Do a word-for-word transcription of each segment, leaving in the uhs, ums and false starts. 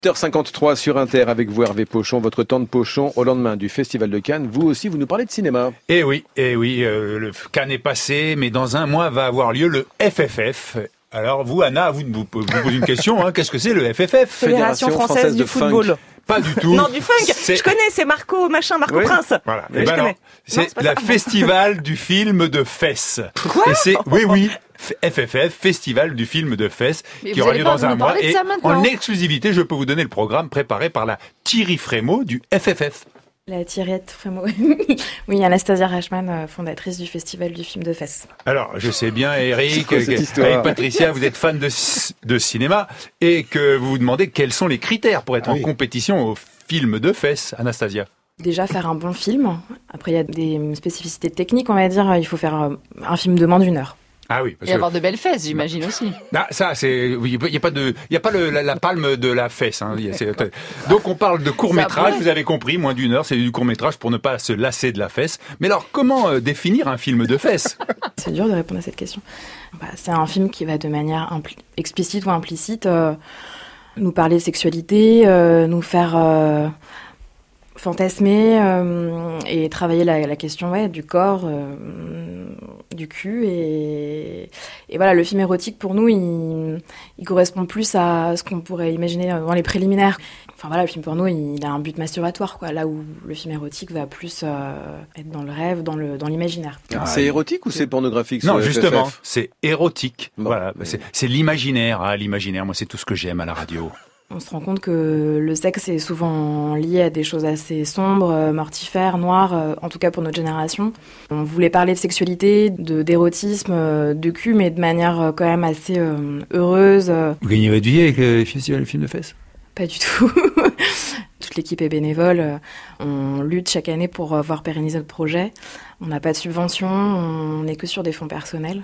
huit heures cinquante-trois sur Inter avec vous Hervé Pochon, votre temps de Pochon au lendemain du Festival de Cannes. Vous aussi, vous nous parlez de cinéma. Eh oui, eh oui, euh, le Cannes est passé, mais dans un mois va avoir lieu le F F F. Alors vous, Anna, vous vous, vous posez une question, hein, qu'est-ce que c'est le F F F? Fédération française, française du football. Funk. Pas du tout. Non, du funk. C'est... Je connais, c'est Marco machin, Marco oui. Prince. Voilà. Et ben alors, c'est, c'est la festival du film de fesses. Quoi? Et c'est, oui, oui. F F F, Festival du film de fesses, mais qui aura lieu dans un mois. Et en en exclusivité, je peux vous donner le programme préparé par la Thierry Frémaux du F F F. La Thierriette Frémaux. Oui, Anastasia Rachman, fondatrice du Festival du film de fesses. Alors, je sais bien, Eric, avec Patricia, vous êtes fan de, de cinéma et que vous vous demandez quels sont les critères pour être ah, en oui. compétition au film de fesses, Anastasia. Déjà faire un bon film. Après, il y a des spécificités techniques, on va dire. Il faut faire un film de moins d'une heure. Ah oui, parce et que... avoir de belles fesses, j'imagine aussi. Ah, ça, c'est, il oui, y a pas de, il y a pas le, la, la palme de la fesse. Hein. Donc on parle de court métrage. Vous avez compris, moins d'une heure, c'est du court métrage pour ne pas se lasser de la fesse. Mais alors, comment euh, définir un film de fesses? C'est dur de répondre à cette question. Bah, c'est un film qui va de manière impli- explicite ou implicite euh, nous parler de sexualité, euh, nous faire euh, fantasmer euh, et travailler la, la question ouais, du corps, euh, du cul. Et, et voilà, le film érotique, pour nous, il, il correspond plus à ce qu'on pourrait imaginer dans les préliminaires. Enfin voilà, le film porno, il a un but masturbatoire, quoi. Là où le film érotique va plus euh, être dans le rêve, dans, le, dans l'imaginaire. Ah, c'est érotique ou c'est pornographique? Non, justement, F F F c'est érotique. Bon, voilà, mais... c'est, c'est l'imaginaire. Ah, l'imaginaire, moi, c'est tout ce que j'aime à la radio. On se rend compte que le sexe est souvent lié à des choses assez sombres, mortifères, noires, en tout cas pour notre génération. On voulait parler de sexualité, de, d'érotisme, de cul, mais de manière quand même assez euh, heureuse. Vous gagnez votre vie avec le festival du film de fesses? Pas du tout. Toute l'équipe est bénévole. On lutte chaque année pour voir pérenniser notre projet. On n'a pas de subvention, on n'est que sur des fonds personnels.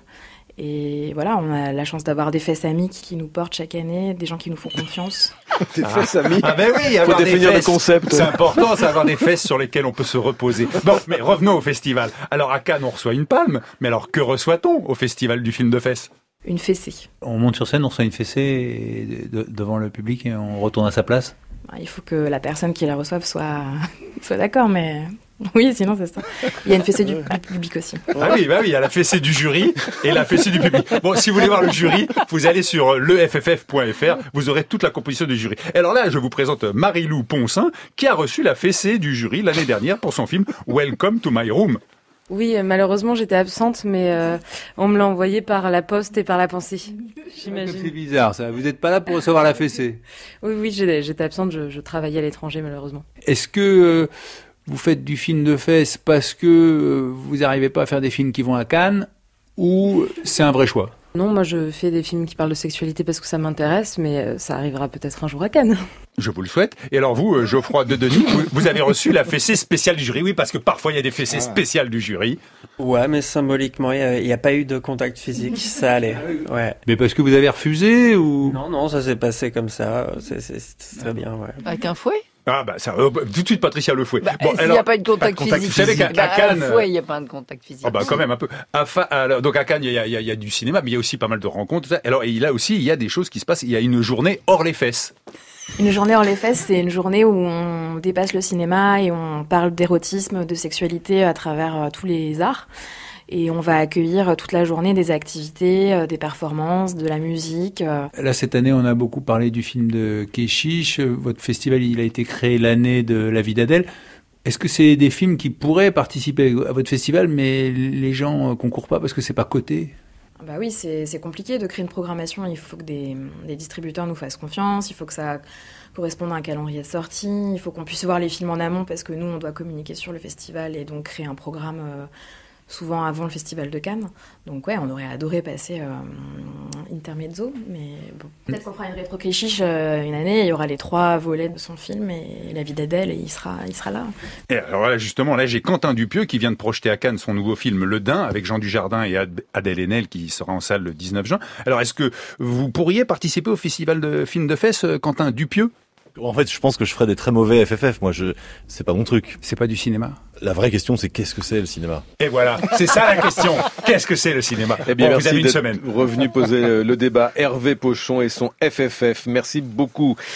Et voilà, on a la chance d'avoir des fesses amies qui nous portent chaque année, des gens qui nous font confiance. Des ah. fesses amies. Ah ben oui, avoir faut des définir fesses. Le concept. C'est important, c'est avoir des fesses sur lesquelles on peut se reposer. Bon, mais revenons au festival. Alors à Cannes, on reçoit une palme, mais alors que reçoit-on au festival du film de fesses? Une fessée. On monte sur scène, on reçoit une fessée et de, devant le public et on retourne à sa place. Il faut que la personne qui la reçoive soit, soit d'accord, mais... Oui, sinon c'est ça. Il y a une fessée du, du public aussi. Ah oui, bah oui, il y a la fessée du jury et la fessée du public. Bon, si vous voulez voir le jury, vous allez sur le f f f point f r, vous aurez toute la composition du jury. Et alors là, je vous présente Marie-Lou Poncin, qui a reçu la fessée du jury l'année dernière pour son film Welcome to My Room. Oui, malheureusement, j'étais absente, mais euh, on me l'a envoyé par la poste et par la pensée. J'imagine. C'est bizarre, ça. Vous n'êtes pas là pour recevoir la fessée. Oui, oui, j'étais, j'étais absente. Je, je travaillais à l'étranger, malheureusement. Est-ce que euh, vous faites du film de fesses parce que euh, vous n'arrivez pas à faire des films qui vont à Cannes, ou c'est un vrai choix? Non, moi je fais des films qui parlent de sexualité parce que ça m'intéresse, mais ça arrivera peut-être un jour à Cannes. Je vous le souhaite. Et alors vous, Geoffroy de Denis, vous, vous avez reçu la fessée spéciale du jury. Oui, parce que parfois il y a des fessées spéciales du jury. Ouais, mais symboliquement, il n'y a, a pas eu de contact physique, ça allait. Ouais. Mais parce que vous avez refusé ou? Non, non, ça s'est passé comme ça. C'est, c'est, c'est très bien, ouais. Avec un fouet? Ah bah ça, euh, tout de suite Patricia le fouet. Bah, bon, il n'y a pas de contact, pas de contact physique. Vous savez qu'à bah, Cannes, fouet, il n'y a pas de contact physique. Ah bah quand même un peu. À fa... alors, donc à Cannes, il y a, il y, a, il y a du cinéma, mais il y a aussi pas mal de rencontres. Tout ça. Alors et là aussi, il y a des choses qui se passent. Il y a une journée hors les fesses. Une journée hors les fesses, c'est une journée où on dépasse le cinéma et on parle d'érotisme, de sexualité à travers euh, tous les arts. Et on va accueillir toute la journée des activités, euh, des performances, de la musique. Euh. Là, cette année, on a beaucoup parlé du film de Keshish. Votre festival, il a été créé l'année de La vie d'Adèle. Est-ce que c'est des films qui pourraient participer à votre festival, mais les gens ne concourent pas parce que c'est pas coté? Bah oui, c'est, c'est compliqué de créer une programmation. Il faut que des, des distributeurs nous fassent confiance. Il faut que ça corresponde à un calendrier de sortie. Il faut qu'on puisse voir les films en amont parce que nous, on doit communiquer sur le festival et donc créer un programme... Euh, souvent avant le festival de Cannes. Donc ouais, on aurait adoré passer euh, intermezzo, mais bon. Peut-être qu'on fera une rétro Keshish euh, une année, il y aura les trois volets de son film et La vie d'Adèle, et il sera, il sera là. Et alors là, justement, là, j'ai Quentin Dupieux qui vient de projeter à Cannes son nouveau film Le Daim, avec Jean Dujardin et Adèle Haenel qui sera en salle le dix-neuf juin. Alors, est-ce que vous pourriez participer au festival de films de fesses, Quentin Dupieux? En fait, je pense que je ferais des très mauvais F F F. Moi, je, c'est pas mon truc. C'est pas du cinéma. La vraie question, c'est qu'est-ce que c'est le cinéma? Et voilà, c'est ça la question. Qu'est-ce que c'est le cinéma? Eh bien, bon, merci vous avez une d'être semaine. Revenu poser le débat. Hervé Pochon et son F F F. Merci beaucoup.